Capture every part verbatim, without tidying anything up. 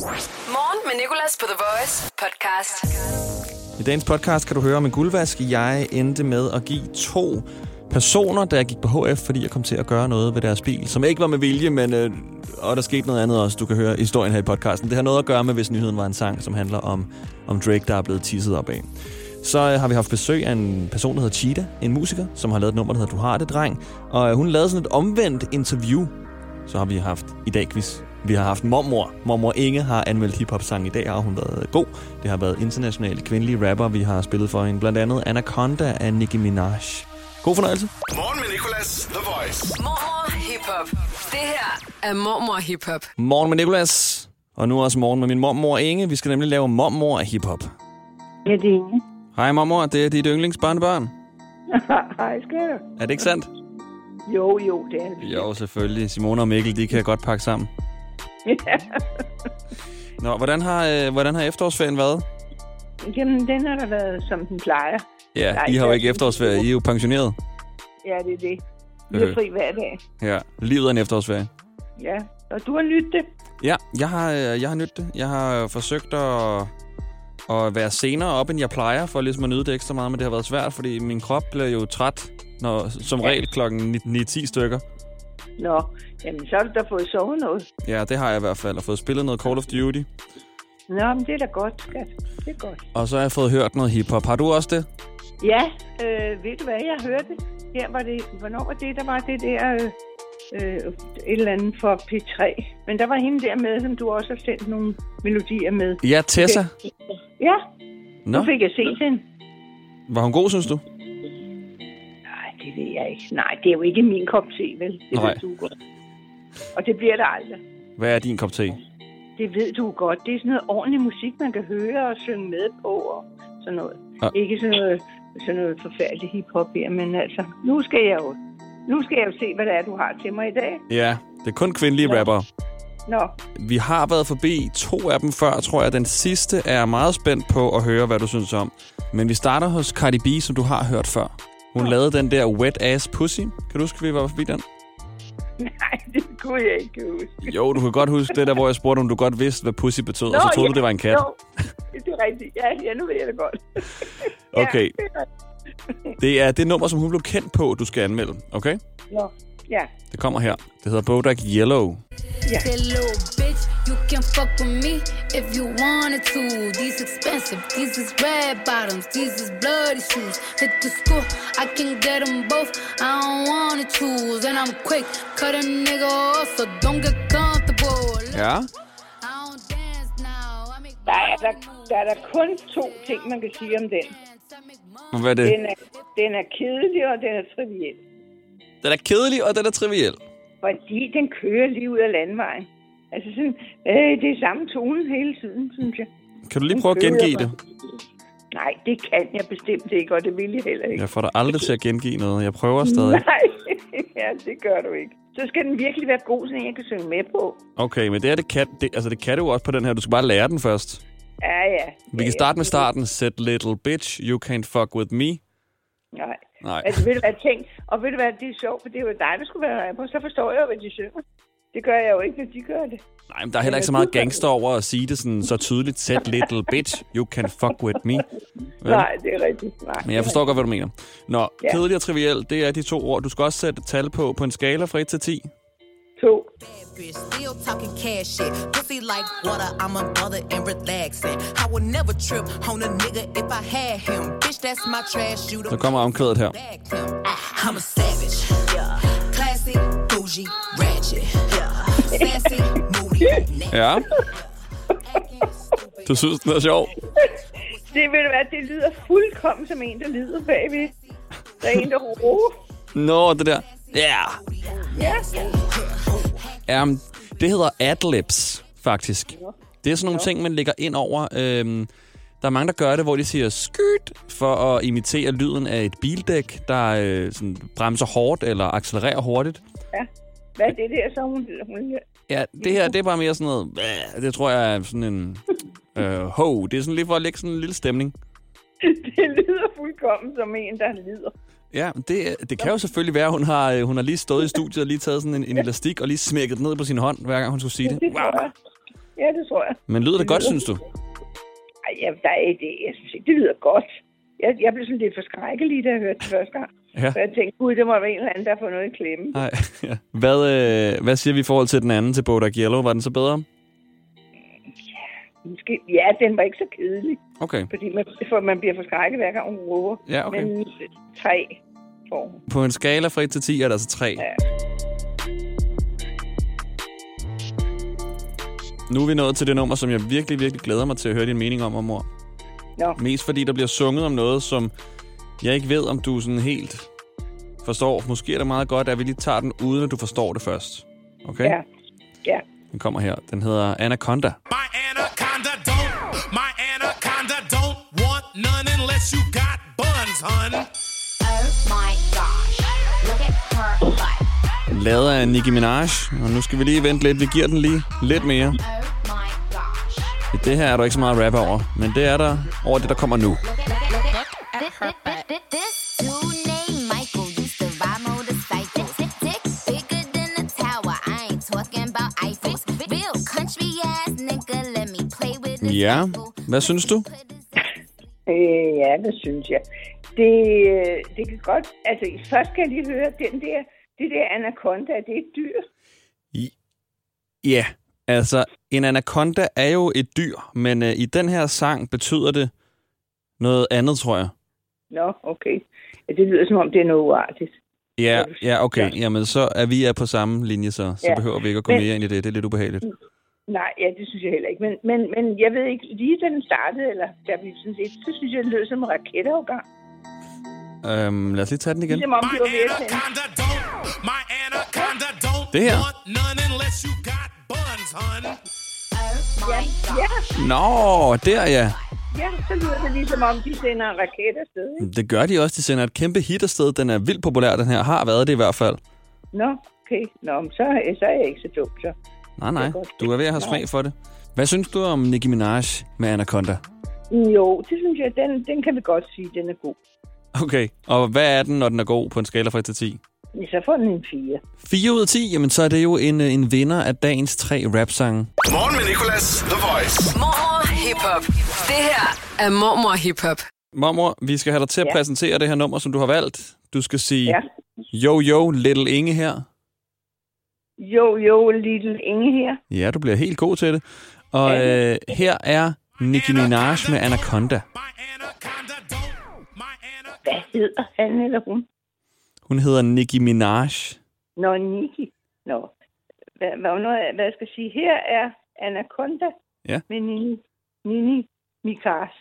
Morgen med Nicolas på The Voice podcast. I dagens podcast kan du høre om en guldvask. Jeg endte med at give to personer, da jeg gik på H F, fordi jeg kom til at gøre noget ved deres bil, som ikke var med vilje, men øh, og der skete noget andet også. Du kan høre historien her i podcasten. Det har noget at gøre med, hvis nyheden var en sang, som handler om, om Drake, der er blevet tisset op af. Så øh, har vi haft besøg af en person, der hedder Cheetah, en musiker, som har lavet et nummer, der hedder Du har det, dreng. Og øh, hun lavede sådan et omvendt interview. Så har vi haft i dag quiz. Vi har haft mormor. Mormor Inge har anmeldt hiphop-sang i dag, og hun har været god. Det har været internationale kvindelige rapper, vi har spillet for hende. Blandt andet Anaconda af Nicki Minaj. God fornøjelse. Morgen med Nicolas, The Voice. Mormor hiphop. Det her er mormor hiphop. Morgen med Nicolas. Og nu også morgen med min mormor Inge. Vi skal nemlig lave mormor hiphop. Ja, det er Inge. Hej mormor, det er dit yndlingsbarnebarn. Hej, skal du? Er det ikke sandt? Jo, jo, det er det. Jo, selvfølgelig. Simone og Mikkel, de kan godt pakke sammen. Ja. Nå, hvordan har, øh, hvordan har efterårsferien været? Jamen, den har da været, som den plejer. Ja, I har jo ikke efterårsferie. I er jo pensioneret. Ja, det er det. Vi er fri hver dag. Ja, livet er en efterårsferie. Ja, og du har nydt det. Ja, jeg har, jeg har nydt det. Jeg har forsøgt at, at være senere op, end jeg plejer, for ligesom at nyde det ekstra meget, men det har været svært, fordi min krop bliver jo træt, når, som regel klokken ni ti stykker. Nå, jamen så har du da fået sovet noget. Ja, det har jeg i hvert fald, og fået spillet noget Call of Duty. Nå, men det er da godt, skat. Det er godt. Og så har jeg fået hørt noget hiphop. Har du også det? Ja, øh, ved du hvad, jeg hørte her var det, hvornår var det, der var det der, øh, øh, et eller andet for P tre. Men der var hende der med, som du også har sendt nogle melodier med. Ja, Tessa. Okay. Ja, Nå. nu fik jeg set hende. Var hun god, synes du? Nej, det ved jeg ikke. Nej, det er jo ikke min kop te, vel? Det Nej. ved du godt. Og det bliver der aldrig. Hvad er din kop te? Det ved du godt. Det er sådan noget ordentlig musik, man kan høre og synge med på og sådan noget. Ja. Ikke sådan noget, sådan noget forfærdeligt hiphop her, men altså, nu skal jeg jo, nu skal jeg jo se, hvad det er, du har til mig i dag. Ja, det er kun kvindelige rappere. Nå. Vi har været forbi to af dem før, tror jeg. Den sidste er jeg meget spændt på at høre, hvad du synes om. Men vi starter hos Cardi B, som du har hørt før. Hun Nå. lavede den der Wet Ass Pussy. Kan du huske, vi var forbi den? Nej, det kunne jeg ikke huske. Jo, du kan godt huske det der, hvor jeg spurgte, om du godt vidste, hvad pussy betød, Nå, og så troede ja, du, det var en kat. Jo, det er rigtigt. Ja, ja, nu ved jeg det godt. Okay. Det er det nummer, som hun blev kendt på, du skal anmelde, okay? Nå, ja. Det kommer her. Det hedder Bodak Yellow. Ja. You can fuck with me if you wanted to. These expensive, these is red bottoms, these is bloody shoes. Hit the school, I can get them both. I don't wanna choose, and I'm quick, cut a nigga off, so don't get comfortable. Ja. Der er der, der er der kun to ting, man kan sige om den. Hvad er det? Den er, den er kedelig, og den er triviel. Den er kedelig, og den er triviel. Fordi den kører lige ud af landvejen. Altså sådan, øh, det er samme tone hele tiden, synes jeg. Kan du lige prøve at gengive det? Nej, det kan jeg bestemt ikke, og det vil jeg heller ikke. Jeg får dig aldrig til at gengive noget. Jeg prøver stadig. Nej, ja, det gør du ikke. Så skal den virkelig være god, så jeg kan synge med på. Okay, men det er det kan, det, altså det kan du jo også på den her. Du skal bare lære den først. Ja, ja. Vi kan starte med starten. Said little bitch, you can't fuck with me. Nej. Nej. Altså, ved du hvad, tænk, og ved du hvad, det er sjovt, for det er jo dig, der skulle være rapper. Så forstår jeg jo, hvad de synger. Det gør jeg jo ikke, når de gør det. Nej, men der er heller ikke så meget gangster over at sige det sådan så tydeligt. Said little bitch, you can fuck with me. Vel? Nej, det er rigtigt. Nej, men jeg forstår godt, hvad du mener. Nå, ja. Kedelig og triviel, det er de to ord. Du skal også sætte et tal på på en skala fra et til ti. To. Still talking cash shit. Pussy like water, I'm a mother and relaxing. I would never trip on a nigga if I had him. Bitch, that's my trash shooter. Så kommer omkvædet her. I'm a savage. Classy, bougie, ratchet. Sassy, moody. Ja. Du synes, den er sjov? Det vil være, det lyder fuldkommen som en, der lider bagved. Der er en, der råber. Nå, det der. Yeah. Ja. Um, det hedder adlibs, faktisk. Det er sådan nogle ting, man lægger ind over. Øhm, der er mange, der gør det, hvor de siger skyt, for at imitere lyden af et bildæk, der øh, sådan, bremser hårdt eller accelererer hurtigt. Ja. Hvad er det der, så hun... hun... Ja, det her, det er bare mere sådan noget... Det tror jeg er sådan en... Øh, ho. Det er sådan lige for at lægge sådan en lille stemning. Det lyder fuldkommen som en, der lider. Ja, det, det kan jo selvfølgelig være, hun har, hun har lige stået i studiet og lige taget sådan en, en elastik og lige smækket den ned på sin hånd, hver gang hun skulle sige det. Det tror jeg. Ja, det tror jeg. Men lyder det, det godt, lyder... synes du? Ej, ja, der er det. Jeg synes ikke, det lyder godt. Jeg, jeg blev sådan lidt forskrækket lige, da jeg hørte det første gang. Ja. Så jeg tænkte, gud, det må være en eller anden, der får noget i klemme. Nej, ja. Hvad, øh, hvad siger vi i forhold til den anden, til Bodak Yellow? Var den så bedre? Ja, måske. Ja, den var ikke så kedelig. Okay. Fordi man, for man bliver forskrækket hver gang, hun råber. Ja, okay. Men tre får hun. På en skala fra et til ti er der altså tre. Ja. Nu er vi nået til det nummer, som jeg virkelig, virkelig glæder mig til at høre din mening om, mor. No. Mest fordi der bliver sunget om noget, som jeg ikke ved, om du sådan helt forstår. Måske er det meget godt, at vi lige tager den, uden at du forstår det først. Okay? Ja. Ja. Den kommer her. Den hedder Anaconda. My anaconda don't, my anaconda don't want none unless you got buns, hun. Oh my gosh, look at her butt. Lavet af Nicki Minaj. Og nu skal vi lige vente lidt. Vi giver den lige lidt mere. Oh my gosh. I det her er der ikke så meget rap over, men det er der over det, der kommer nu. Look at, look at, look at her butt. This dude named Michael used to ride motorcycles. Tick, tick, bigger than a tower. I ain't talking about Eiffels. Real country ass nigga, let me play with this. Ja, hvad synes du? Øh, ja, det synes jeg. Det, det kan godt... Altså, først kan jeg lige høre, den der, det der anaconda, det er et dyr. Ja, altså, en anaconda er jo et dyr, men øh, i den her sang betyder det noget andet, tror jeg. Nå, okay. Ja, det lyder som om, det er noget uartigt. Ja, ja, okay. Jamen, så er vi er på samme linje, så, så Ja. behøver vi ikke at gå Men- mere ind i det. Det er lidt ubehageligt. Nej, ja, det synes jeg heller ikke. Men, men, men jeg ved ikke, lige da den startede, eller da vi sådan set, så synes jeg, det lød som en raketafgang. Øhm, lad os lige tage den igen. Ligesom om My de var ved at tænde. anaconda don't, my anaconda don't Det her. want none unless you got buns, hun. Ja, ja, Nå, der ja. ja, så lyder det ligesom om, de sender en raket afsted, ikke? Det gør de også. De sender et kæmpe hit afsted. Den er vildt populær, den her. Har været det i hvert fald. Nå, okay. Nå, men så, så er jeg ikke så dum, så. Nej, nej. Det er godt. Du er ved at have smag for det. Hvad synes du om Nicki Minaj med Anaconda? Jo, det synes jeg, den, den kan vi godt sige, den er god. Okay, og hvad er den, når den er god på en skala fra et til ti? Så får den en fire. fire ud af ti, jamen så er det jo en, en vinder af dagens tre rap-sange. Morgen med Nicolas, The Voice. Mormor Hip-Hop. Det her er Mormor Hip-Hop. Mormor, vi skal have dig til at Ja. præsentere det her nummer, som du har valgt. Du skal sige, Ja. jo, jo, Little Inge her. Jo, jo, Little Inge her. Ja, du bliver helt god til det. Og øh, her er Nicki Minaj med Anaconda. My anaconda don't, my anaconda Hvad hedder han eller hun? Hun hedder Nicki Minaj. Nå, Niki. Nå. Hvad, hvad, hvad, hvad jeg skal sige? Her er Anaconda Ja. med Nini, Nini Mikas.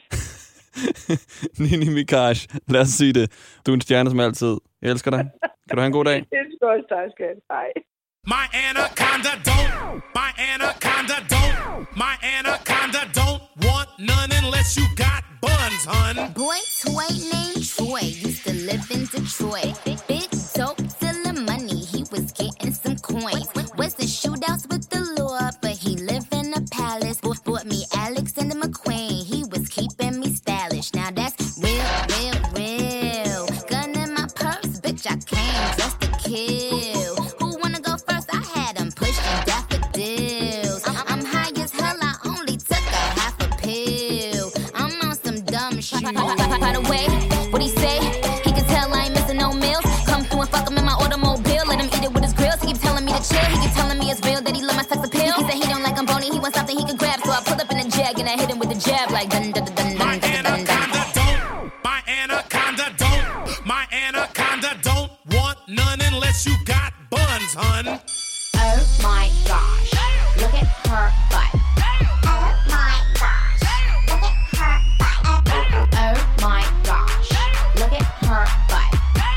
Nini Minaj. Lad os sige det. Du er en stjerne som altid. Jeg elsker dig. Kan du have en god dag? Det er godt, tak skal Hej. My anaconda don't, my anaconda don't, my anaconda don't want none unless you got buns, hun. Boy toy named Troy used to live in Detroit. Big dope dealer money, he was getting some coins. Was the shootouts with the law, but he lived in a palace. Bought, bought me Alexander McQueen, he was keeping me stylish. Now that's real, real, real. Gun in my purse, bitch, I came just to kill. Who wanna go first? I had him pushing daffodils. I'm, I'm high as hell, I only took a half a pill. I'm on some dumb shit. By the way, what he say? He can tell I ain't missing no meals. Come through and fuck him in my automobile. Let him eat it with his grills. He keep telling me to chill. He keep telling me it's real that he love my sex appeal. He said he don't like I'm bony. He wants something he can grab. So I pull up in a jag and I hit him with the jab like dun dun dun dun My dun dun dun dun. anaconda don't, my anaconda don't, my anaconda don't want none unless you got buns, hun. Oh my gosh, look at her butt. Oh my gosh, look at her butt. Oh my gosh, look at her butt.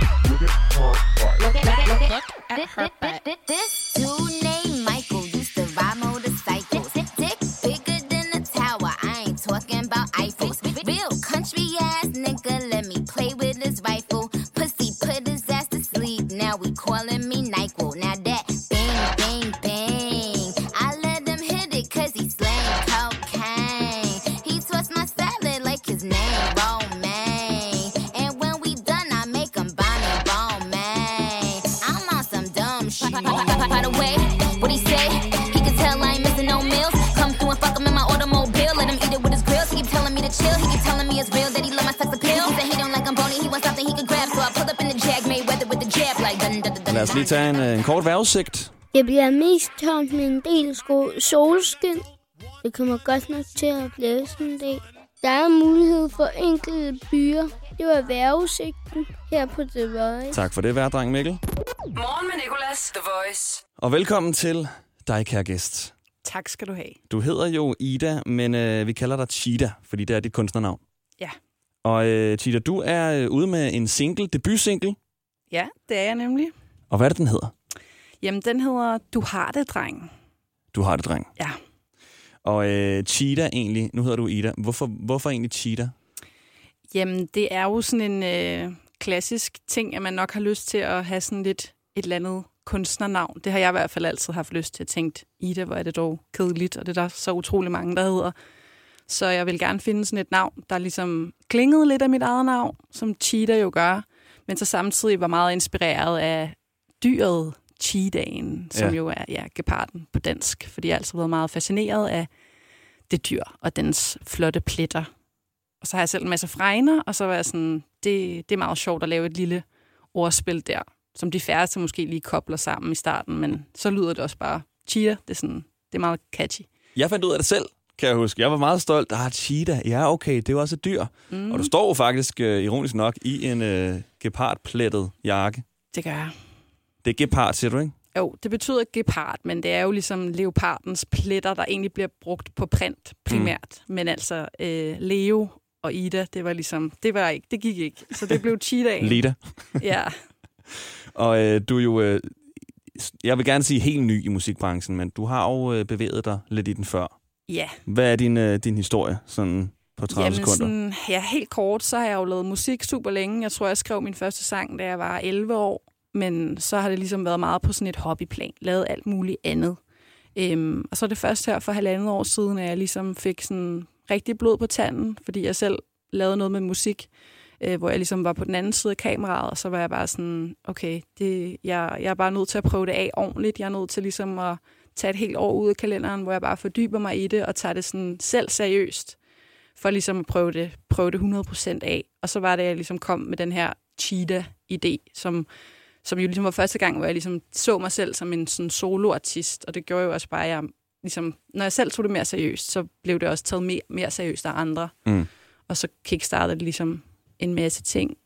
Look at, look at, look at, look at her butt. This dude named Michael used to ride motorcycles. Dick bigger than a tower. I ain't talking about os lige tage en, en kort vejrudsigt. Det bliver mest tomt med en del sko- solskin. Det kommer godt nok til at blæse en del. Der er mulighed for enkelte byer. Det var vejrudsigten her på The Voice. Tak for det, værdreng Mikkel. Morgen med Nicolas, The Voice. Og velkommen til dig, kære gæst. Tak skal du have. Du hedder jo Ida, men øh, vi kalder dig Cheetah, fordi det er dit kunstnernavn. Ja. Og øh, Cheetah, du er øh, ude med en single, debutsingle. Ja, det er jeg nemlig. Og hvad er det, den hedder? Jamen, den hedder Du har det, dreng. Du har det, dreng. Ja. Og øh, Cheetah egentlig, nu hedder du Ida. Hvorfor, hvorfor egentlig Cheetah? Jamen, det er jo sådan en øh, klassisk ting, at man nok har lyst til at have sådan lidt et eller andet kunstnernavn. Det har jeg i hvert fald altid haft lyst til at tænke, Ida, hvor er det dog kedeligt, og det er der så utrolig mange, der hedder. Så jeg vil gerne finde sådan et navn, der ligesom klingede lidt af mit eget navn, som Cheetah jo gør, men så samtidig var meget inspireret af dyret cheetahen, som ja. jo er ja, geparden på dansk, fordi jeg har altid været meget fascineret af det dyr og dens flotte pletter. Og så har jeg selv en masse fregner, og så var jeg sådan, det, det er meget sjovt at lave et lille ordspil der, som de færreste måske lige kobler sammen i starten, men så lyder det også bare Cheetah. Det er, sådan, det er meget catchy. Jeg fandt ud af det selv, kan jeg huske. Jeg var meget stolt. Ah, Cheetah. Ja, okay, det er jo også et dyr. Mm. Og du står jo faktisk, uh, ironisk nok, i en uh, gepardplettet jakke. Det gør jeg. Det er gepard, siger du, ikke? Jo, det betyder gepard, men det er jo ligesom leopardens pletter, der egentlig bliver brugt på print primært. Mm. Men altså, øh, Leo og Ida, det var ligesom, det var ikke, det gik ikke. Så det blev Cheetah. Lida. Ja. Og øh, du er jo, øh, jeg vil gerne sige helt ny i musikbranchen, men du har jo øh, bevæget dig lidt i den før. Ja. Hvad er din, øh, din historie sådan på tredive Jamen, sekunder? Sådan, ja, helt kort, så har jeg jo lavet musik super længe. Jeg tror, jeg skrev min første sang, da jeg var elleve år. Men så har det ligesom været meget på sådan et hobbyplan. Lavet alt muligt andet. Øhm, og så er det først her for halvandet år siden, at jeg ligesom fik sådan rigtig blod på tanden, fordi jeg selv lavede noget med musik, øh, hvor jeg ligesom var på den anden side af kameraet, og så var jeg bare sådan, okay, det, jeg, jeg er bare nødt til at prøve det af ordentligt. Jeg er nødt til ligesom at tage et helt år ud af kalenderen, hvor jeg bare fordyber mig i det, og tager det sådan selv seriøst, for ligesom at prøve det, prøve det hundrede procent af. Og så var det, at jeg ligesom kom med den her Cheetah-idé, som som jo ligesom var første gang, hvor jeg ligesom så mig selv som en sådan soloartist, og det gjorde jo også bare, at jeg ligesom, når jeg selv tog det mere seriøst, så blev det også taget mere, mere seriøst af andre. Mm. Og så kickstartede det ligesom en masse ting.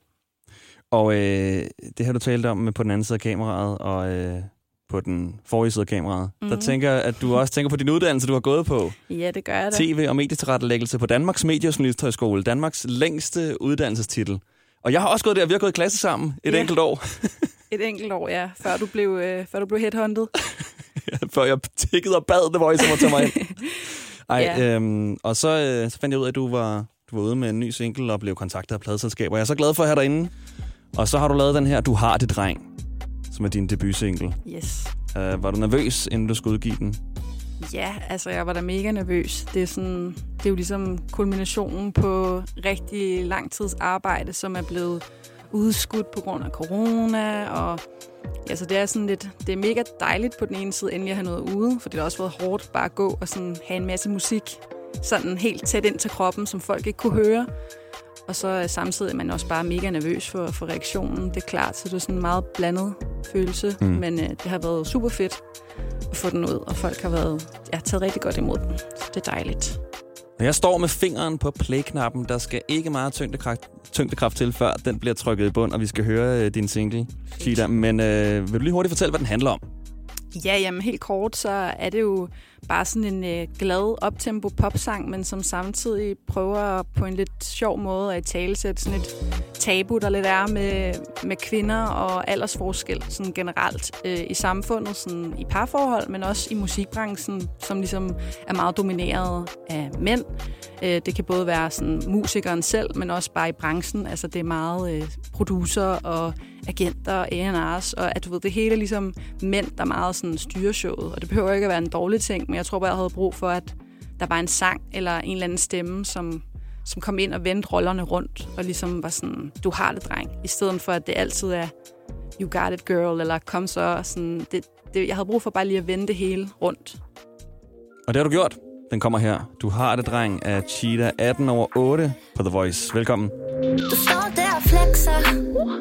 Og øh, det har du talt om på den anden side af kameraet, og øh, på den forrige side af kameraet. Mm. Der tænker at du også tænker på din uddannelse, du har gået på. Ja, det gør jeg da. T V- og medietilrettelæggelse på Danmarks Mediejournalisthøjskole. Danmarks længste uddannelsestitel. Og jeg har også gået der, vi har gået i klasse sammen et ja. enkelt år. Et enkelt år, ja. Før du blev, øh, før du blev headhunted. Ja, før jeg tikkede og bad The Voice om at tage mig ind. Ej, ja. øhm, og så, øh, så fandt jeg ud af, at du var, du var ude med en ny single og blev kontaktet af pladeselskaber. Jeg er så glad for at have dig inde. Og så har du lavet den her Du har det, dreng, som er din debutsingle. Yes. Uh, var du nervøs, inden du skulle udgive den? Ja, altså jeg var da mega nervøs. Det er, sådan, det er jo ligesom kulminationen på rigtig lang tids arbejde, som er blevet udskudt på grund af corona, og altså det er sådan lidt, det er mega dejligt på den ene side endelig at have noget ude, for det har også været hårdt bare at gå og sådan have en masse musik sådan helt tæt ind til kroppen, som folk ikke kunne høre. Og så samtidig er man også bare mega nervøs for, for reaktionen. Det er klart, så det er sådan en meget blandet følelse, mm. men øh, det har været super fedt at få den ud, og folk har været, ja, taget rigtig godt imod den, så det er dejligt. Jeg står med fingeren på play-knappen. Der skal ikke meget tyngdekraft, tyngdekraft til, før den bliver trykket i bund, og vi skal høre øh, din single, Cheetah. Men øh, vil du lige hurtigt fortælle, hvad den handler om? Ja, jamen helt kort, så er det jo bare sådan en øh, glad optempo popsang, men som samtidig prøver på en lidt sjov måde at italesætte sådan et tabu, der lidt er med, med kvinder og aldersforskel sådan generelt øh, i samfundet, sådan i parforhold, men også i musikbranchen, som ligesom er meget domineret af mænd. Øh, det kan både være sådan musikeren selv, men også bare i branchen. Altså det er meget øh, producer og agenter og A and R's, og at du ved, det hele er ligesom mænd, der meget sådan styrer showet. Og det behøver ikke at være en dårlig ting, men jeg tror bare, jeg havde brug for, at der var en sang eller en eller anden stemme, som, som kom ind og vendte rollerne rundt, og ligesom var sådan, du har det, dreng, i stedet for, at det altid er you got it, girl, eller kom så. Sådan, det, det, jeg havde brug for bare lige at vende det hele rundt. Og det har du gjort. Den kommer her. Du har det, dreng, af Cheetah, atten over otte på The Voice. Velkommen. Du står der og flexer, spiller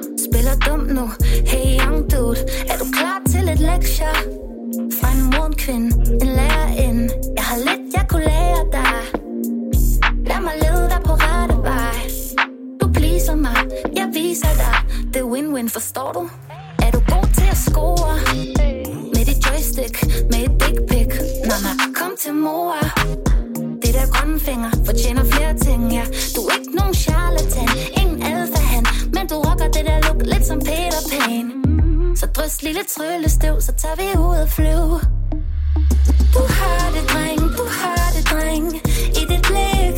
føler dum nu. Hey young dude, er du klar til et lektie? Fra en morgenkvinde, en lærerinde. Jeg har lidt, jeg kunne lære dig. Lad mig lede dig på rette vej. Du pleaser mig, jeg viser dig. Det er win-win, forstår du? Er du god til at score? Med dit joystick, med et dick pic. Mama, kom til mor. Det der grønne finger fortjener flere ting, ja. Du er ikke nogen charlatan, ingen alfahan, men du rocker det der look lidt som Peter Pan. Så drys lille tryllestøv, så tager vi ud og flyve. Du har det, dreng, du har det, dreng, i dit blik.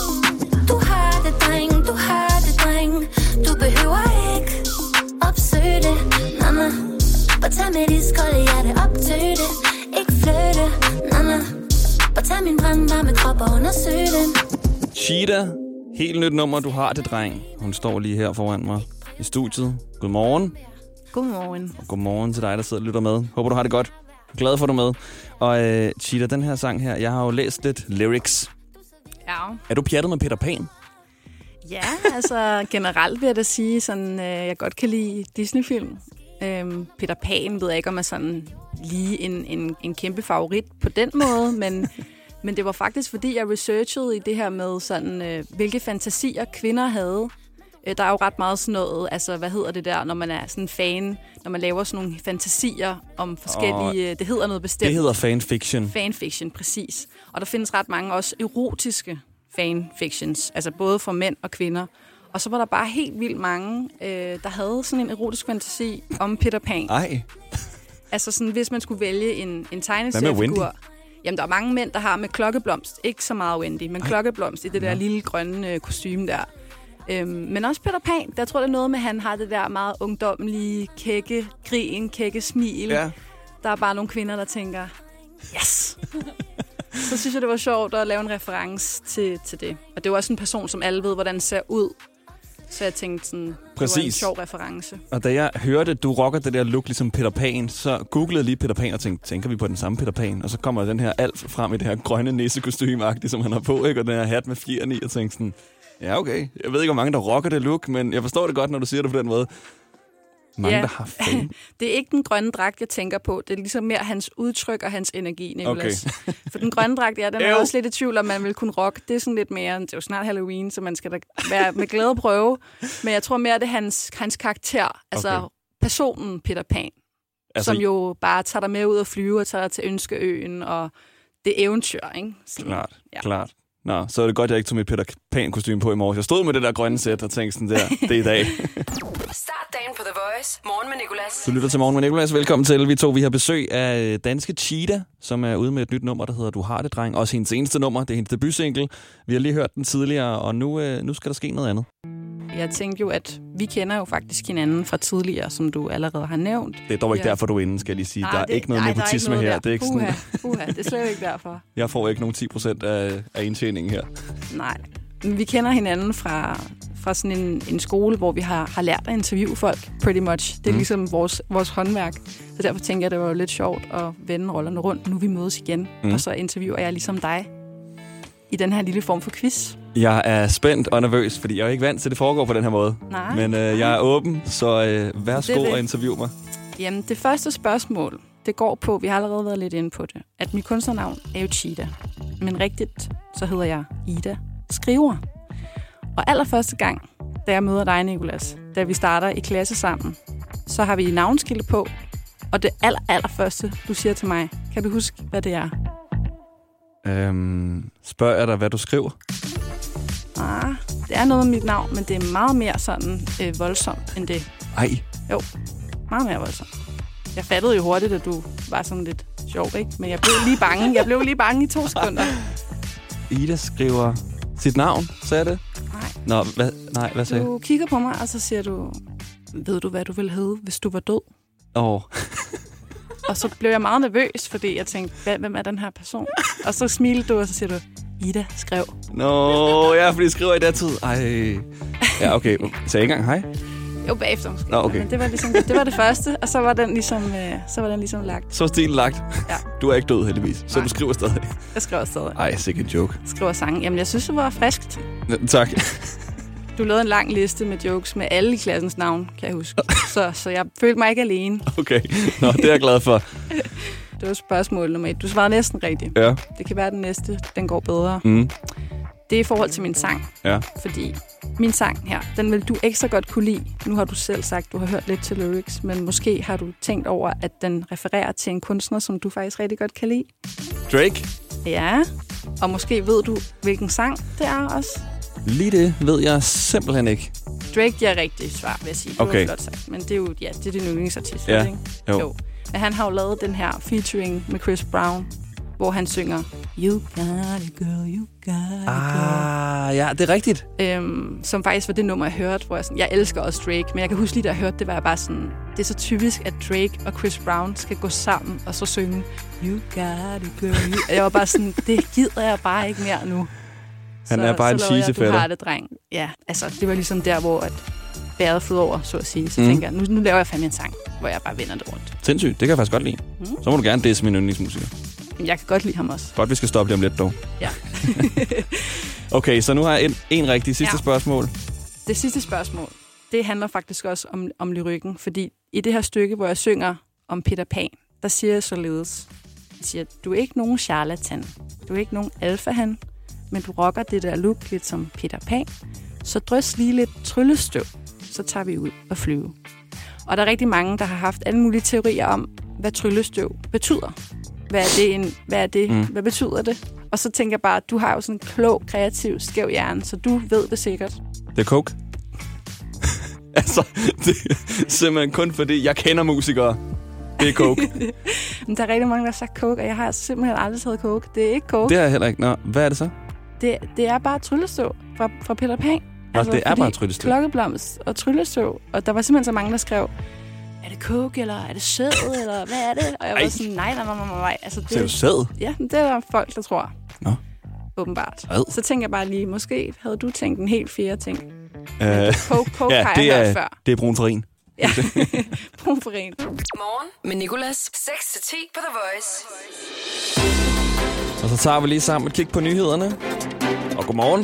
Du har det, dreng, du har det, dreng. Du behøver ikke opsøge det, nana. Bare tag mit iskolde hjerte op til det. Ikke flytte, nana. Bare tag min brandvarme krop og undersøge den. Cheetah, helt nyt nummer, du har det, dreng. Hun står lige her foran mig i studiet. Godmorgen. Godmorgen. Og godmorgen til dig, der sidder og lytter med. Håber, du har det godt. Glad for, at du er med. Og øh, Cheetah, den her sang her, jeg har jo læst lidt lyrics. Ja. Er du pjattet med Peter Pan? Ja, altså generelt vil jeg da sige, sådan, øh, jeg godt kan lide Disney-film. Øhm, Peter Pan ved jeg ikke, om er sådan lige en, en, en kæmpe favorit på den måde, men, men det var faktisk, fordi jeg researchede i det her med, sådan, øh, hvilke fantasier kvinder havde. Øh, der er jo ret meget sådan noget, altså hvad hedder det der, når man er sådan en fan, når man laver sådan nogle fantasier om forskellige, oh, det hedder noget bestemt. Det hedder fanfiction. Fanfiction, præcis. Og der findes ret mange også erotiske fanfictions, altså både for mænd og kvinder. Og så var der bare helt vildt mange, øh, der havde sådan en erotisk fantasi om Peter Pan. Ej. Altså sådan, hvis man skulle vælge en, en tegneseriefigur. Jamen, der er mange mænd, der har med klokkeblomst. Ikke så meget Wendy, men Ej. klokkeblomst i det der ja. lille grønne øh, kostume der. Øhm, men også Peter Pan. Der tror jeg, det er noget med, at han har det der meget ungdommelige, kække grin, kække smil. Ja. Der er bare nogle kvinder, der tænker, yes! Så synes jeg, det var sjovt at lave en reference til, til det. Og det er jo også en person, som alle ved, hvordan den ser ud. Så jeg tænkte sådan, Præcis. Det var en sjov reference. Og da jeg hørte, at du rocker det der look ligesom Peter Pan, så googlede jeg lige Peter Pan og tænkte, tænker vi på den samme Peter Pan? Og så kommer den her Alf frem i det her grønne nissekostyme-agtige, som han har på, ikke? Og den her hat med fjerne i, og tænkte sådan, ja okay, jeg ved ikke, hvor mange der rocker det look, men jeg forstår det godt, når du siger det på den måde. Mange, ja. der har fan. Det er ikke den grønne dragt, jeg tænker på. Det er ligesom mere hans udtryk og hans energi, Nicolas. Okay. For den grønne dragt, ja, den er også lidt i tvivl, om man vil kunne rock. Det er sådan lidt mere, det er jo snart Halloween, så man skal da være med glæde prøve. Men jeg tror mere, det er hans, hans karakter. Altså okay. personen Peter Pan. Altså, som jo bare tager dig med ud og flyve og tager dig til Ønskeøen og det eventyr, ikke? Sådan, klart, ja. klart. Nå, så er det godt, jeg ikke tog mit Peter Pan-kostyme på i morges. Jeg stod med det der grønne sæt og tænkte sådan der, det er i dag. Start dagen på The Voice. Morgen med Nicolas. Du lytter til Morgen med Nicolas. Velkommen til. Vi to vi har besøg af danske Cheetah, som er ude med et nyt nummer, der hedder Du har det, dreng. Også hendes eneste nummer. Det er hendes debutsingle. Vi har lige hørt den tidligere, og nu, øh, nu skal der ske noget andet. Jeg tænkte jo, at vi kender jo faktisk hinanden fra tidligere, som du allerede har nævnt. Det er dog ikke ja. derfor, du er inde, skal jeg lige sige. Nej, der er det, ikke noget nej, nepotisme her. Der. Det er ikke Uha, sådan... uha, det er slet ikke derfor. Jeg får ikke nogen ti procent af, af indtjeningen her. Nej, men vi kender hinanden fra, fra sådan en, en skole, hvor vi har, har lært at interviewe folk, pretty much. Det er mm. ligesom vores, vores håndværk. Så derfor tænker jeg, at det var lidt sjovt at vende rollerne rundt. Nu vi mødes igen, mm. og så interviewer jeg ligesom dig i den her lille form for quiz. Jeg er spændt og nervøs, fordi jeg er ikke vant til, at det foregår på den her måde. Nej. Men øh, jeg er åben, så øh, værsgo og interview mig. Jamen, det første spørgsmål, det går på, vi har allerede været lidt inde på det, at mit kunstnernavn er jo Cheetah. Men rigtigt, så hedder jeg Ida Skriver. Og allerførste gang, da jeg møder dig, Nicolas, da vi starter i klasse sammen, så har vi navnskilte på. Og det aller, allerførste, du siger til mig, kan du huske, hvad det er? Øhm, spørger jeg dig, hvad du skriver? Ah, det er noget med mit navn, men det er meget mere sådan øh, voldsomt end det. Ej. Jo, meget mere voldsomt. Jeg fattede jo hurtigt, at du var sådan lidt sjov, ikke? Men jeg blev lige bange. Jeg blev lige bange i to sekunder. Ida skriver sit navn, sagde det? Nej. Nå, hvad, nej, hvad sagde du? Du kigger på mig, og så siger du, ved du, hvad du ville hedde, hvis du var død? Åh. Oh. Og så blev jeg meget nervøs, fordi jeg tænkte, hvem er den her person? Og så smilte du, og så siger du, Ida skrev. Nå, ja, fordi jeg skriver i datid. Ej. Ja, okay. Så jeg ikke engang hej? Jo, bagefter måske. Nå, okay. Men det var, ligesom, det var det første, og så var den ligesom, øh, så var den ligesom lagt. Så var stilen lagt? Ja. Du er ikke død, heldigvis. Så Nej. Du skriver stadig? Jeg skriver stadig. Ej, sikkert joke. Jeg skriver sange. Jamen, jeg synes, det var friskt. Ja, tak. Du lavede en lang liste med jokes med alle i klassens navn, kan jeg huske. Så, så jeg følte mig ikke alene. Okay, nå, det er jeg glad for. Det var spørgsmål nummer et. Du svarede næsten rigtigt. Ja. Det kan være, at den næste, den går bedre. Mm. Det er i forhold til min sang. Ja. Fordi min sang her, den vil du ekstra godt kunne lide. Nu har du selv sagt, du har hørt lidt til lyrics, men måske har du tænkt over, at den refererer til en kunstner, som du faktisk rigtig godt kan lide. Drake? Ja, og måske ved du, hvilken sang det er også. Lige det ved jeg simpelthen ikke. Drake giver rigtig svar, vil jeg sige. Det okay. var flot sagt. Men det er jo, ja, det er din yndlingsartist, ja. ikke? Jo. jo. Men han har jo lavet den her featuring med Chris Brown, hvor han synger You got it, girl, you got it, girl. Ah, ja, det er rigtigt. Øhm, som faktisk var det nummer, jeg hørte, hvor jeg sådan, jeg elsker også Drake, men jeg kan huske lige, da jeg hørte det, var jeg bare sådan, det er så typisk, at Drake og Chris Brown skal gå sammen og så synge You got it, girl, you. Og jeg var bare sådan, det gider jeg bare ikke mere nu. Han så, er bare en cheesefætter. Du har det, dreng. Ja, altså, det var ligesom der, hvor at bæret flød over, så at sige. Så mm. tænker jeg, nu, nu laver jeg fandme en sang, hvor jeg bare vender det rundt. Sindssygt, det kan jeg faktisk godt lide. Mm. Så må du gerne disse min yndlingsmusiker. Jeg kan godt lide ham også. Godt, vi skal stoppe lige om lidt, dog. Ja. Okay, så nu har jeg en, en rigtig sidste ja. spørgsmål. Det sidste spørgsmål, det handler faktisk også om, om lyrikken, fordi i det her stykke, hvor jeg synger om Peter Pan, der siger jeg således, jeg siger, du er ikke nogen charlatan, du er ikke nogen alfahan, men du rocker det der look lidt som Peter Pan, så drøs lige lidt tryllestøv, så tager vi ud og flyve. Og der er rigtig mange, der har haft alle mulige teorier om, hvad tryllestøv betyder. Hvad er det? En, hvad er det? Mm. Hvad betyder det? Og så tænker jeg bare, at du har jo sådan en klog, kreativ, skæv hjerne, så du ved det sikkert. Det er coke. altså, det er simpelthen kun fordi, jeg kender musikere. Det er coke. Men der er rigtig mange, der har sagt coke, og jeg har simpelthen aldrig taget coke. Det er ikke coke. Det er jeg heller ikke. Nå, hvad er det så? Det, det er bare tryllestøv fra, fra Peter Pan. Nå, altså, det er bare tryllestøv. Klokkeblomst og tryllestøv. Og der var simpelthen så mange, der skrev, er det coke, eller er det sæd, eller hvad er det? Og jeg var Ej. sådan, nej, nej, nej, nej, nej. Altså, det, Ser du sæd? Ja, det er der folk, der tror. Nå. Åbenbart. Ad. Så tænker jeg bare lige, måske havde du tænkt en helt fjerde ting. Øh, coke, coke ja, har det jeg er, hørt før. det er brun farin. Ja, brun farin. Morgen med Nicolas. seks til ti på The Voice. Og så tager vi lige sammen et kig på nyhederne. Og godmorgen.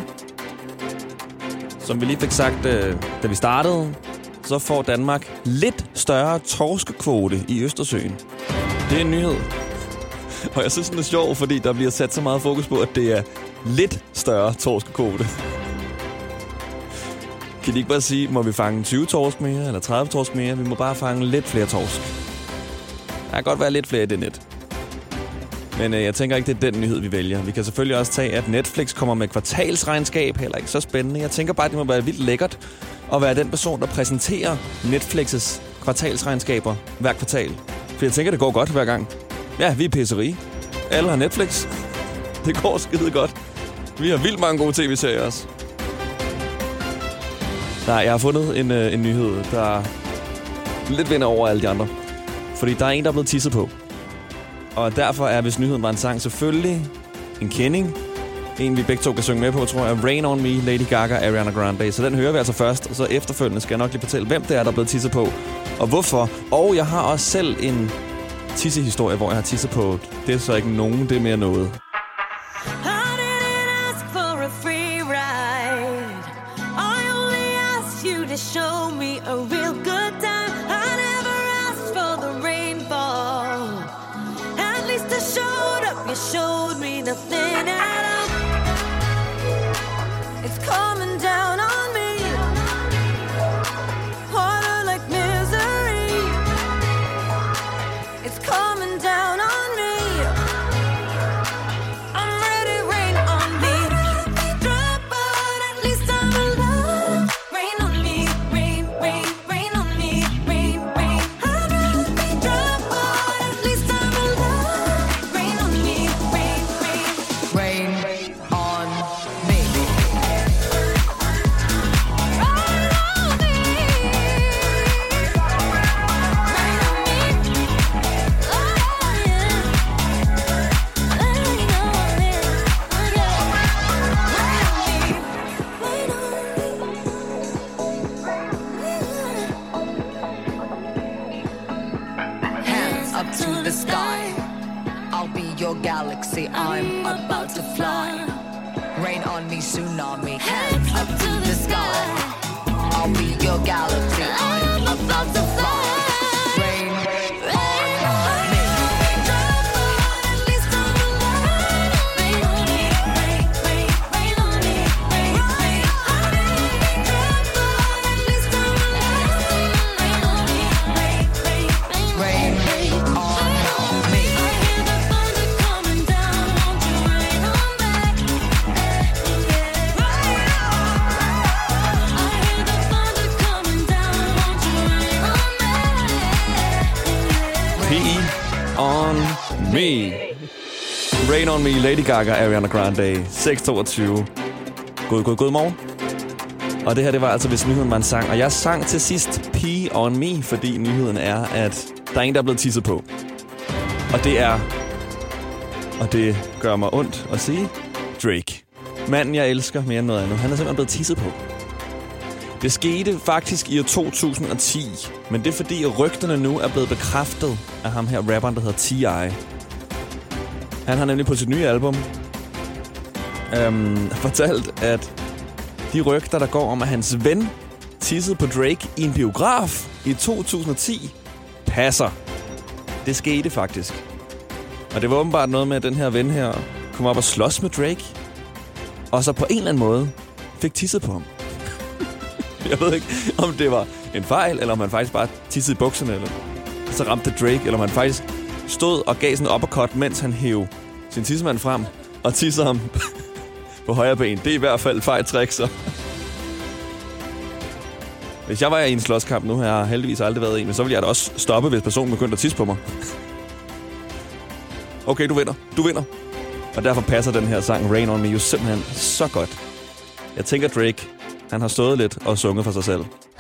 Som vi lige fik sagt, da vi startede, så får Danmark lidt større torskekvote i Østersøen. Det er en nyhed. Og jeg synes, det er sjovt, fordi der bliver sat så meget fokus på, at det er lidt større torskekvote. Kan de ikke bare sige, må vi fange tyve torsk mere, eller tredive torsk mere? Vi må bare fange lidt flere torsk. Der kan godt være lidt flere i det net. Men øh, jeg tænker ikke, det er den nyhed, vi vælger. Vi kan selvfølgelig også tage, at Netflix kommer med kvartalsregnskab. Heller ikke så spændende. Jeg tænker bare, at det må være vildt lækkert at være den person, der præsenterer Netflix's kvartalsregnskaber hver kvartal. For jeg tænker, det går godt hver gang. Ja, vi er pisserige. Alle har Netflix. Det går skide godt. Vi har vildt mange gode tv-serier også. Nej, jeg har fundet en, øh, en nyhed, der lidt vinder over alle de andre. Fordi der er en, der er blevet tisset på. Og derfor er, hvis nyheden var en sang, selvfølgelig en kending. En, vi begge to kan synge med på, tror jeg, Rain On Me, Lady Gaga, Ariana Grande. Så den hører vi altså først, og så efterfølgende skal jeg nok lige fortælle, hvem det er, der er blevet tisset på, og hvorfor. Og jeg har også selv en tissehistorie, hvor jeg har tisset på. Det er så ikke nogen, det er mere noget. Show me a real good time. I never asked for the rainfall. At least I showed up. You showed me nothing at all. It's coming down on me. Harder like misery. It's coming down on me. on me, tsunami. Hands up to the sky. I'll be your galaxy. I'm about to fly. Rain, rain on me. Drop on, at least I'm alive. Rain on me, rain, rain, rain on me. Rain, rain, drop on, at least I'm alive. Rain on me, rain, rain, rain, rain on me. I hear the thunder coming down. Won't you rain on back? I hear the thunder coming down. Won't you rain on back? P on me. Rain on me, Lady Gaga, Ariana Grande, seks toogtyve. God, god, god morgen. Og det her, det var altså, hvis nyheden var en sang. Og jeg sang til sidst P on me, fordi nyheden er, at der er en, der er blevet tisset på. Og det er, og det gør mig ondt at sige, Drake. Manden, jeg elsker mere end noget andet. Han er simpelthen blevet tisset på. Det skete faktisk i år to tusind og ti, men det er fordi rygterne nu er blevet bekræftet af ham her rapperen, der hedder T I Han har nemlig på sit nye album øhm, fortalt, at de rygter, der går om, at hans ven tissede på Drake i en biograf i to tusind og ti, passer. Det skete faktisk. Og det var åbenbart noget med, at den her ven her kom op og slås med Drake, og så på en eller anden måde fik tisset på ham. Jeg ved ikke, om det var en fejl, eller om han faktisk bare tissede i bukserne, eller så ramte Drake, eller om han faktisk stod og gav sådan en uppercut, mens han hæv sin tissemand frem og tissede ham på højre ben. Det er i hvert fald et fejl trick, så. Hvis jeg var i en slåskamp nu, har jeg heldigvis aldrig været i en, men så ville jeg da også stoppe, hvis personen begyndte at tisse på mig. Okay, du vinder. Du vinder. Og derfor passer den her sang Rain on me jo simpelthen så godt. Jeg tænker, Drake, han har stået lidt og sunget for sig selv.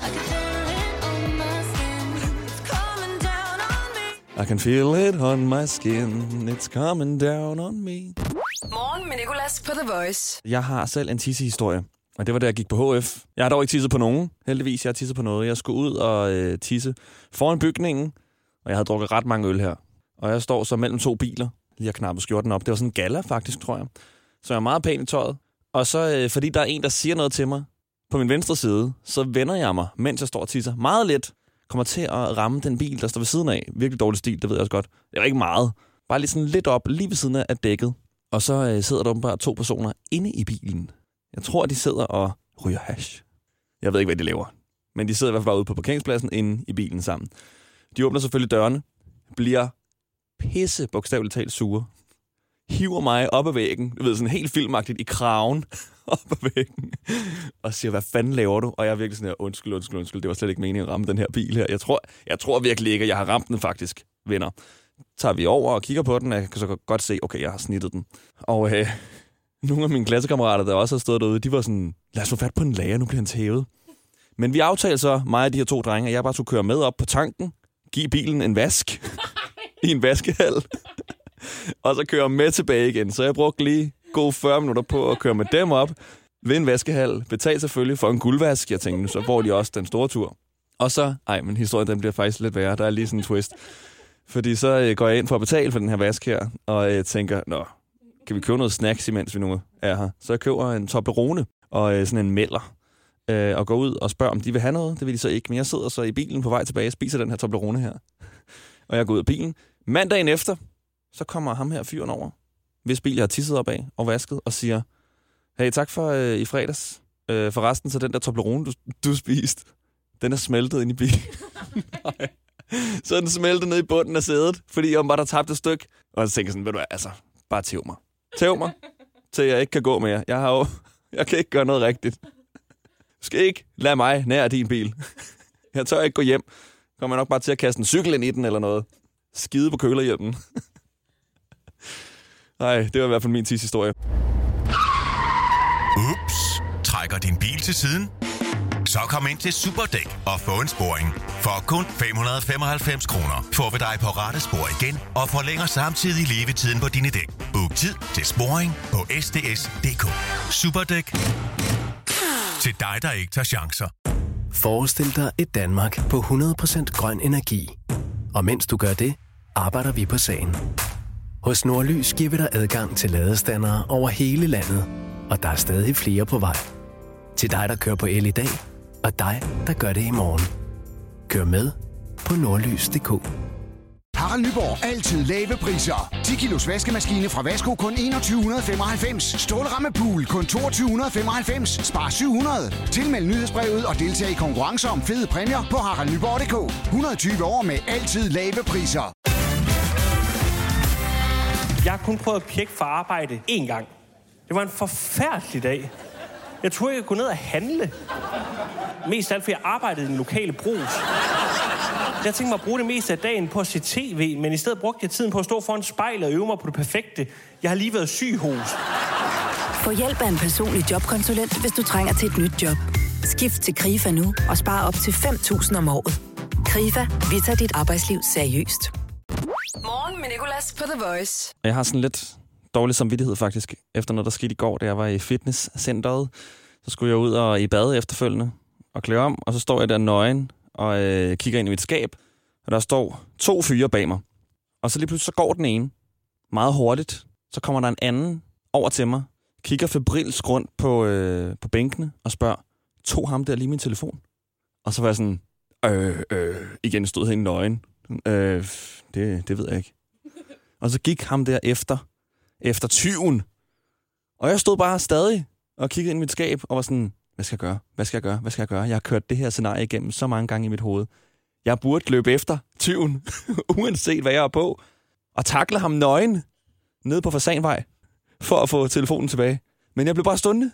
I can feel it on my skin. It's coming down on me. Morgen med Nicolas på The Voice. Jeg har selv en tissehistorie, og det var da jeg gik på H F. Jeg har dog ikke tisset på nogen. Heldigvis, jeg har tisset på noget. Jeg skulle ud og øh, tisse foran bygningen, og jeg havde drukket ret mange øl her. Og jeg står så mellem to biler, lige har knappet skjorten op. Det var sådan en galla faktisk, tror jeg. Så jeg er meget pæn i tøjet. Og så, øh, fordi der er en, der siger noget til mig på min venstre side, så vender jeg mig, mens jeg står og tisser. Meget let kommer til at ramme den bil, der står ved siden af. Virkelig dårlig stil, det ved jeg også godt. Det er ikke meget. Bare lige sådan lidt op, lige ved siden af dækket. Og så øh, sidder der bare to personer inde i bilen. Jeg tror, de sidder og ryger hash. Jeg ved ikke, hvad de laver. Men de sidder i hvert fald bare ude på parkeringspladsen inde i bilen sammen. De åbner selvfølgelig dørene, bliver pisse bogstaveligt talt sure, hiver mig op ad væggen, du ved, sådan helt filmagtigt i kraven op ad væggen, og siger, hvad fanden laver du? Og jeg er virkelig sådan her, undskyld, undskyld, undskyld, det var slet ikke meningen at ramme den her bil her. Jeg tror, jeg tror virkelig ikke, at jeg har ramt den faktisk, venner. Tager vi over og kigger på den, og jeg kan så godt se, okay, jeg har snittet den. Og øh, nogle af mine klassekammerater, der også har stået derude, de var sådan, lad os få fat på en lager, nu bliver han tævet. Men vi aftalte så, mig og de her to drenge, at jeg bare skulle køre med op på tanken, give bilen en vask i en vaskehal, og så køre med tilbage igen. Så jeg brugte lige gode fyrre minutter på at køre med dem op ved en vaskehal. Betale selvfølgelig for en guldvask. Jeg tænkte, så får de også den store tur. Og så, ej, men historien den bliver faktisk lidt værre. Der er lige sådan en twist. Fordi så øh, går jeg ind for at betale for den her vask her, og jeg øh, tænker, nå, kan vi købe noget snacks, imens vi nu er her? Så jeg køber en Toblerone og øh, sådan en Mælder, øh, og går ud og spørger, om de vil have noget. Det vil de så ikke, men jeg sidder så i bilen på vej tilbage og spiser den her Toblerone her. Og jeg går ud af bilen. Mandagen efter, så kommer ham her fyren over, hvis bil jeg har tisset op af og vasket, og siger, hey, tak for øh, i fredags. Øh, forresten, så den der Toblerone, du, du spiste, den er smeltet ind i bilen. Nej. Så den smeltede ned i bunden af sædet, fordi jeg bare der tabte et stykke. Og så tænker jeg sådan, ved du hvad, altså, bare tæv mig. Tæv mig, til jeg ikke kan gå mere. Jeg har jo, jeg kan ikke gøre noget rigtigt. Du skal ikke lade mig nær din bil. Jeg tør ikke gå hjem. Kommer jeg nok bare til at kaste en cykel ind i den eller noget. Skide på kølerhjelmen. Nej, det var i hvert fald min tidshistorie. Ups, trækker din bil til siden? Så kom ind til Superdæk og få en sporing. For kun fem hundrede femoghalvfems kroner får vi dig på rette spor igen og forlænger samtidig levetiden på dine dæk. Book tid til sporing på s d s punktum d k. Superdæk. Til dig, der ikke tager chancer. Forestil dig et Danmark på hundrede procent grøn energi. Og mens du gør det, arbejder vi på sagen. Hos Nordlys giver vi dig adgang til ladestandere over hele landet. og der er stadig flere på vej. Til dig, der kører på el i dag, og dig, der gør det i morgen. Kør med på nordlys punktum d k. Harald Nyborg. Altid lave priser. ti kilos vaskemaskine fra Vasko kun enogtyve femoghalvfems. Stålramme pool kun toogtyve femoghalvfems. Spar syv hundrede. Tilmeld nyhedsbrevet og deltag i konkurrencer om fede præmier på harald nyborg punktum d k. et hundrede og tyve år med altid lave priser. Jeg har kun prøvet at pjekke for arbejde én gang. Det var en forfærdelig dag. Jeg troede, jeg kunne gå ned og handle. Mest af alt, fordi jeg arbejdede i den lokale brus. Jeg tænkte mig at bruge det meste af dagen på at se tv, men i stedet brugte jeg tiden på at stå foran spejlet og øve mig på det perfekte. Jeg har lige været syg hos. Få hjælp af en personlig jobkonsulent, hvis du trænger til et nyt job. Skift til KRIFA nu og spar op til fem tusind om året. KRIFA, vi tager dit arbejdsliv seriøst. Morgen med Nicolas på The Voice. Jeg har sådan lidt dårlig samvittighed faktisk, efter noget, der skete i går, da jeg var i fitnesscenteret. Så skulle jeg ud og i bad efterfølgende og klæde om, og så står jeg der nøgen og øh, kigger ind i mit skab, og der står to fyre bag mig. Og så lige pludselig så går den ene meget hurtigt, så kommer der en anden over til mig, kigger febrilsk rundt på, øh, på bænkene og spørger, tog ham der lige min telefon? Og så var jeg sådan, øh, øh, igen stod helt nøgen. Øh, det, det ved jeg ikke. Og så gik ham der efter, efter tyven. Og jeg stod bare stadig og kiggede ind i mit skab og var sådan, hvad skal jeg gøre? Hvad skal jeg gøre? Hvad skal jeg gøre? Jeg har kørt det her scenarie igennem så mange gange i mit hoved. Jeg burde løbe efter tyven, uanset hvad jeg er på, og takle ham nøgen nede på Fasanvej for at få telefonen tilbage. Men jeg blev bare stående.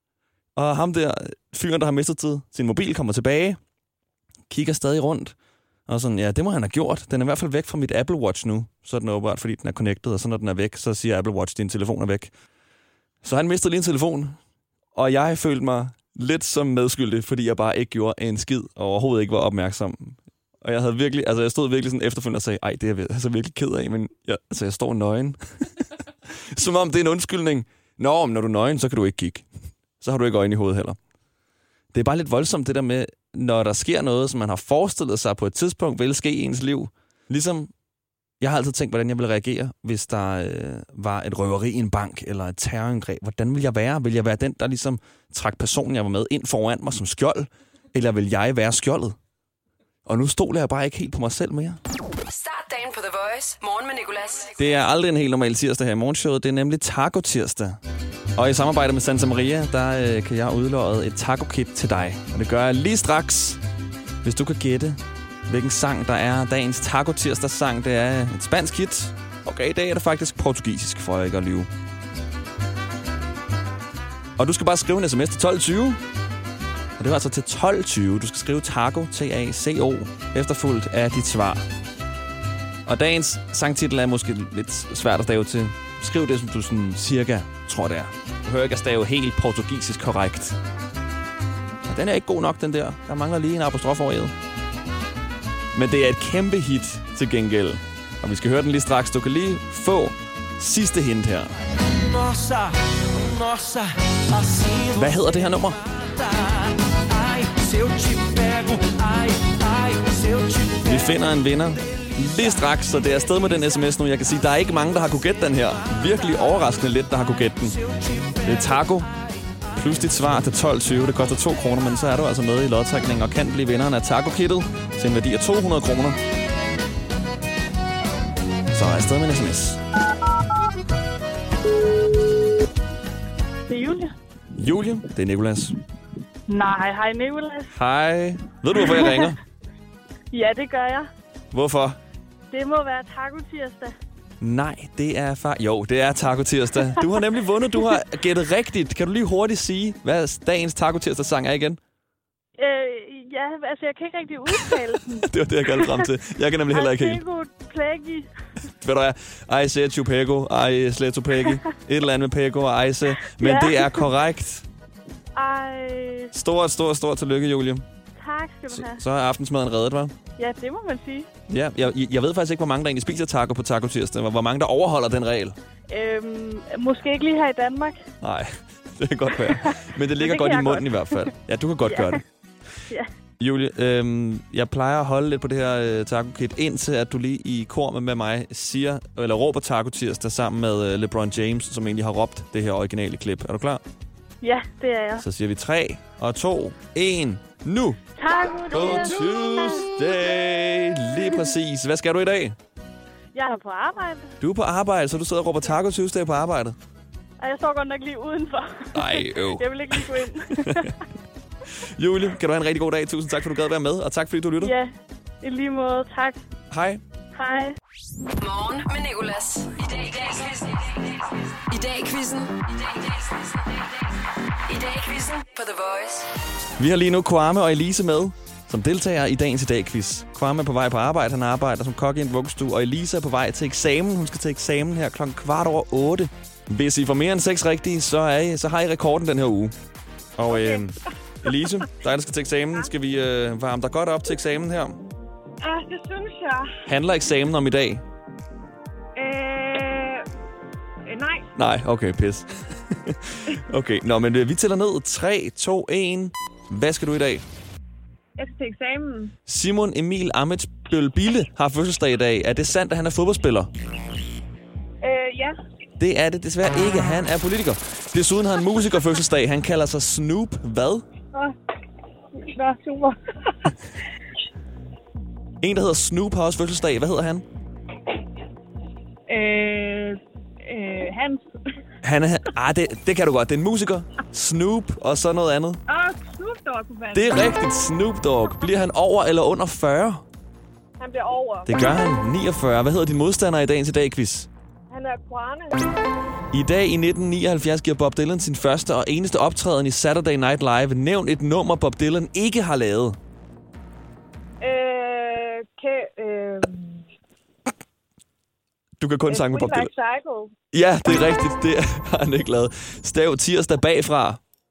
Og ham der fyren, der har mistet tid, sin mobil kommer tilbage, kigger stadig rundt, og sådan, ja, det må han have gjort. Den er i hvert fald væk fra mit Apple Watch nu. Så er den åbenbart, fordi den er connected, og så når den er væk, så siger Apple Watch, din telefon er væk. Så han mistede lige en telefon, og jeg følte mig lidt som medskyldig, fordi jeg bare ikke gjorde en skid, og overhovedet ikke var opmærksom. Og jeg havde virkelig, altså jeg stod virkelig sådan efterfølgende og sagde, ej, det er jeg altså virkelig ked af, men jeg, altså jeg står nøgen. Som om det er en undskyldning. Nå, men når du er nøgen, så kan du ikke kigge. Så har du ikke øjne i hovedet heller. Det er bare lidt voldsomt det der med, når der sker noget, som man har forestillet sig på et tidspunkt, vil ske i ens liv. Ligesom, jeg har altid tænkt, hvordan jeg ville reagere, hvis der øh, var et røveri i en bank, eller et terrorangreb. Hvordan vil jeg være? Vil jeg være den, der ligesom trak personen, jeg var med, ind foran mig som skjold? Eller vil jeg være skjoldet? Og nu stoler jeg bare ikke helt på mig selv mere. Start dagen på The Voice. Morgen med Nicolas. Det er aldrig en helt normal tirsdag her i morgenshowet. Det er nemlig taco-tirsdag. Og i samarbejde med Santa Maria, der øh, kan jeg udlåde et taco-kit til dig. Og det gør jeg lige straks, hvis du kan gætte, hvilken sang der er dagens taco-tirsdags-sang. Det er et spansk hit. Okay, i dag er det faktisk portugisisk, for jeg ikke at lyve. Og du skal bare skrive en sms til tolv tyve. Og det var altså til tolv tyve. Du skal skrive taco, T A C O, efterfulgt af dit svar. Og dagens sangtitel er måske lidt svært at stave til. Skriv det, som du sådan cirka tror, det er. Du hører ikke at stave helt portugisisk korrekt. Og den er ikke god nok, den der. Der mangler lige en apostrof over i. Men det er et kæmpe hit til gengæld. Og vi skal høre den lige straks. Du kan lige få sidste hint her. Hvad hedder det her nummer? Vi finder en vinder lige straks, så det er afsted med den sms nu. Jeg kan sige, der er ikke mange, der har kunne gætte den her. Virkelig overraskende lidt, der har kunne gætte den. Det er taco plus dit svar til tolv tyve. Det koster to kroner, men så er du altså med i lodtrækningen og kan blive vinderen af taco-kittet til en værdi af to hundrede kroner. Så er afsted med en sms. Det er Julie. Julie, det er Nicolas. Nej, hej Nicolas. Hej. Ved du, hvorfor jeg ringer? Ja, det gør jeg. Hvorfor? Det må være taco-tirsdag. Nej, det er far... Jo, det er taco-tirsdag. Du har nemlig vundet. Du har gættet rigtigt. Kan du lige hurtigt sige, hvad dagens taco-tirsdag-sang er igen? Øh, ja, altså jeg kan ikke rigtig udtale den. Det var det, jeg kaldte frem til. Jeg kan nemlig heller ikke helt. Pego Plegi. Ved du hvad? Ej, se Chupego. Ej, Sleto Pegi. Et eller andet med Pego og Ejse. Men ja. Det er korrekt. Ej. Stort, stort, stort tillykke, Julie. Tak skal du have. Så er aftensmaden reddet, hva'? Ja, det må man sige. Ja, jeg, jeg ved faktisk ikke, hvor mange der egentlig spiser taco på taco-tirsdag. Hvor mange der overholder den regel. Øhm, måske ikke lige her i Danmark. Nej, det kan godt være. Men det ligger det godt i munden godt. I hvert fald. Ja, du kan godt ja. gøre det. Ja. Julie, øhm, jeg plejer at holde lidt på det her øh, taco-kit, indtil at du lige i kor med, med mig siger, eller råber Taco Tirsdag sammen med øh, LeBron James, som egentlig har råbt det her originale klip. Er du klar? Ja, det er jeg. Så siger vi tre og to, en, nu! Taco Tuesday! Lige præcis. Hvad skal du i dag? Jeg er på arbejde. Du er på arbejde, så du sidder og råber Taco Tuesday på arbejdet? Og jeg står godt nok lige udenfor. Ej, øv. Jeg vil ikke lige gå ind. Julie, kan du have en rigtig god dag. Tusind tak, for du gad være med, og tak, fordi du lytter. Ja, i lige måde. Tak. Hej. Hej. Morgen med Nicolas. I dag i quizzen. I dag i quizzen. I dag i quizzen på The Voice. Vi har lige nu Kwame og Elise med, som deltager i dagens i dag-quiz. Kwame er på vej på arbejde. Han arbejder som kok i en vuggestue, og Elise er på vej til eksamen. Hun skal til eksamen her klokken kvart over otte. Hvis I får mere end seks rigtige, så, er I, så har I rekorden den her uge. Og okay. øh, Elise, dig der skal til eksamen, skal vi øh, varme dig godt op til eksamen her? Ja, det synes jeg. Handler eksamen om i dag? Øh, øh nej. Nej, okay, pis. Okay, nå, men øh, vi tæller ned. tre, to, et. Hvad skal du i dag? Jeg skal til eksamen. Simon Emil Amitsbøl Bille har fødselsdag i dag. Er det sandt, at han er fodboldspiller? Øh, ja. Det er det desværre ikke. Han er politiker. Desuden har han musiker fødselsdag. Han kalder sig Snoop. Hvad? Nå, Nå super. En, der hedder Snoop, har også fødselsdag. Hvad hedder han? Øh, øh, Hans. Han er... Ah, det, det kan du godt. Det er en musiker. Snoop og så noget andet. Åh, oh, Snoop Dogg, for fanden. Det er rigtigt. Snoop Dogg. Bliver han over eller under fyrre? Han bliver over. Det gør han. niogfyrre. Hvad hedder din modstander i dagens i dag, quiz? Han er Kwane. I dag i nitten nioghalvfjerds giver Bob Dylan sin første og eneste optræden i Saturday Night Live. Nævn et nummer, Bob Dylan ikke har lavet. Øh, ke, øh... Du kan kun sange med Bob Dylan. Psycho. Ja, det er rigtigt. Det har han ikke lavet. Stav tirsdag bagfra.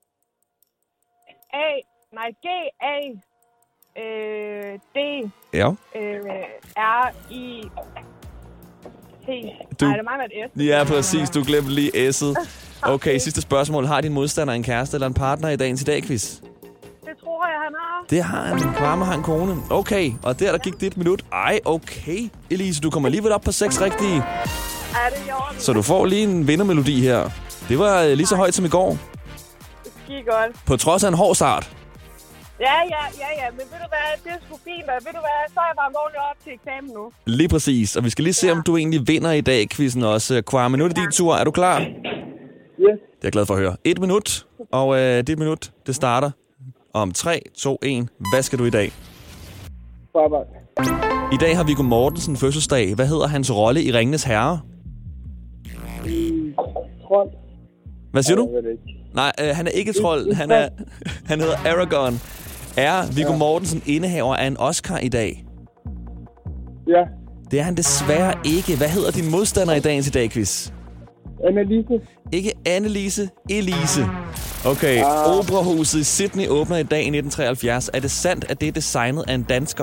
A, nej, G, A, øh, D, Ja. øh, R, I, T. Du... Nej, det mangler et S. Ja, præcis. Du glemte lige S'et. Okay, sidste spørgsmål. Har din modstander en kæreste eller en partner i dagens i dag, quiz? Det tror jeg, han har. Det har han. Kvarme har en kone. Okay, og der der gik det et minut. Ej, okay. Elise, du kommer alligevel op på seks rigtige. Ja, det er jo. Så du får lige en vindermelodi her. Det var lige så højt som i går. Skide godt. På trods af en hård start. Ja, ja, ja, ja. Men ved du hvad, det er sgu fint. Og ved du hvad, så er jeg bare ordentligt op til eksamen nu. Lige præcis. Og vi skal lige se, ja. om du egentlig vinder i dag, quizzen også. Kvarme, nu er det din tur. Er du klar? Ja. Yes. Det er jeg glad for at høre. Et minut. Og øh, det minut, det starter om tre, to, et. Hvad skal du i dag? På arbejde. I dag har Viggo Mortensen fødselsdag. Hvad hedder hans rolle i Ringenes Herre? Mm, trold. Hvad siger du? Jeg ved det ikke. Nej, øh, han er ikke trold. Han, er, han hedder Aragorn. Er Viggo ja. Mortensen indehaver af en Oscar i dag? Ja. Det er han desværre ikke. Hvad hedder din modstander i dagens i dag, quiz? Annelise. Ikke Annelise, Elise. Okay, ah. Operahuset i Sydney åbner i dag i nitten treoghalvfjerds. Er det sandt, at det er designet af en dansker?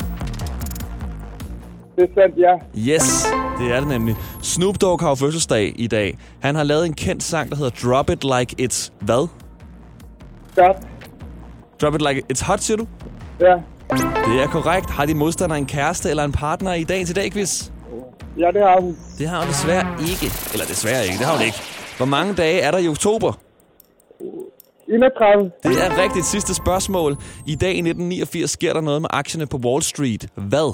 Det er sandt, ja. Yes, det er det nemlig. Snoop Dogg har jo fødselsdag i dag. Han har lavet en kendt sang, der hedder Drop It Like It's... Hvad? Stop. Drop It Like It's Hot, siger du? Ja. Det er korrekt. Har din modstander en kæreste eller en partner i dagens i dag, quiz? Ja, det har hun. Det har hun desværre ikke. Eller desværre ikke, det har hun ikke. Hvor mange dage er der i oktober? enogtredive. Det er rigtigt. Sidste spørgsmål. I dag i nitten niogfirs sker der noget med aktierne på Wall Street. Hvad?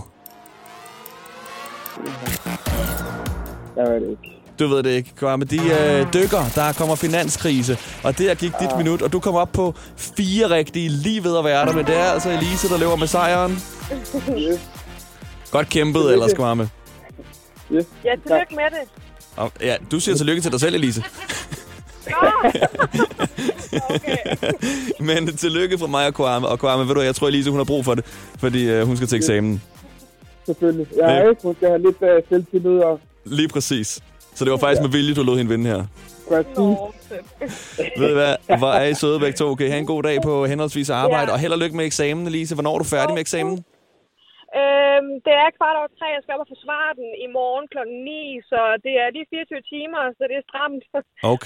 Jeg ved det ikke. Du ved det ikke, men de øh, dykker. Der kommer finanskrise, og der gik dit minut, og du kom op på fire rigtige lige ved at være der. Men det er altså Elise, der løber med sejren. Yes. Godt kæmpet, ellers, Kvarme. Yes. Ja, tillykke med det. Og, ja, du siger tillykke til dig selv, Elise. Okay. Men tillykke fra mig og Kvarme. Og Kvarme, ved du, jeg tror, Elise hun har brug for det, fordi øh, hun skal til eksamen. Selvfølgelig. Jeg er ikke. Hun skal have lidt uh, selvtillid og... Lige præcis. Så det var faktisk ja. med vilje, du lod hende vinde her. Nå, ved du hvad? Hvor er I søde begge to? Okay, have en god dag på henholdsvis arbejde. Ja. Og held og lykke med eksamen, Elise. Hvornår er du færdig med eksamen? Øhm, det er kvart over tre. Jeg skal op og forsvare den i morgen klokken ni. Så det er lige fireogtyve timer, så det er stramt. Okay.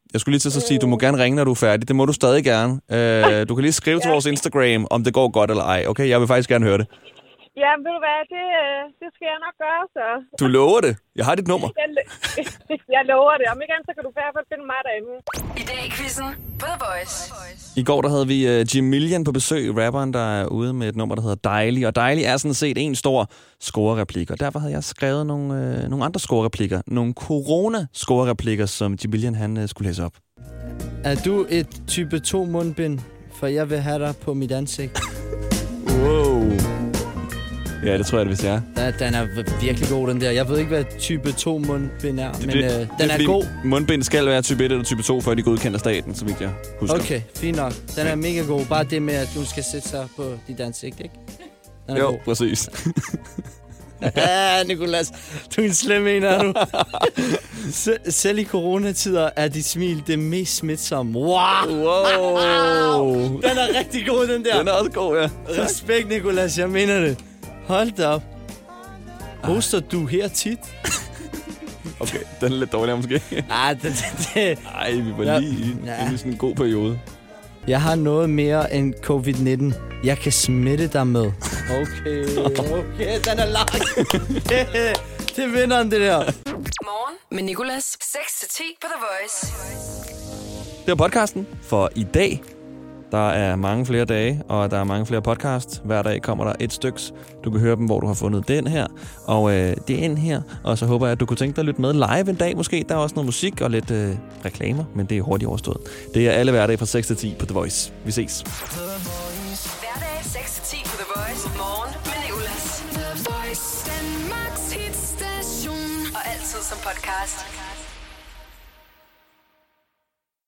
Jeg skulle lige til at sige, at du må gerne ringe, når du er færdig. Det må du stadig gerne. Uh, du kan lige skrive til vores Instagram, om det går godt eller ej. Okay, jeg vil faktisk gerne høre det. Ja, ved du hvad, det, det skal jeg nok gøre, så... Du lover det. Jeg har dit nummer. Jeg, jeg lover det. Om ikke andet, så kan du i hvert fald finde mig derinde. I dag i quizzen på The Voice. I går der havde vi uh, Jim Millian på besøg, rapperen, der er ude med et nummer, der hedder Dejlig. Og Dejlig er sådan set en stor score-replik. Og derfor havde jeg skrevet nogle, uh, nogle andre score-replikker. Nogle corona-score-replikker, som Jim Millian han, uh, skulle læse op. Er du et type to mundbind? For jeg vil have dig på mit ansigt. Wow. Ja, det tror jeg, det vil jeg. Ja, den er virkelig god, den der. Jeg ved ikke, hvad type to mundbind er, det, men det, øh, den det er, er god. Mundbind skal være type et eller type to, før de går udkendt af staten, så vidt jeg husker. Okay, fint nok. Den er mega god. Bare det med, at du skal sætte sig på dit ansigt, ikke? Den er jo, god. præcis. Ja, Nicolas. Du er en slem en, er du? Selv i coronatider er dit smil det mest smitsomme. Wow! Wow! Den er rigtig god, den der. Den er også god, ja. Respekt, Nicolas. Jeg mener det. Hold da op. Hoster du her tit? Okay, den er lidt dårligere måske. Ah, det, det, det. Ej, vi var ja. lige ja. i sådan en god periode. Jeg har noget mere end covid nitten. Jeg kan smitte dig med. Okay, okay, den er lang. det, det er vinderen, det der. Morgen med Nicolas. seks til ti på The Voice. Det var podcasten for i dag. Der er mange flere dage, og der er mange flere podcasts. Hver dag kommer der et styks. Du kan høre dem, hvor du har fundet den her. Og øh, det er en her. Og så håber jeg, at du kunne tænke dig at lytte med live en dag måske. Der er også noget musik og lidt øh, reklamer, men det er hurtigt overstået. Det er alle hverdage fra seks til ti på The Voice. Vi ses. Hverdag seks til ti på The Voice. Morgen med Nicolas. The Voice. Danmarks hitstation. Og altid som podcast.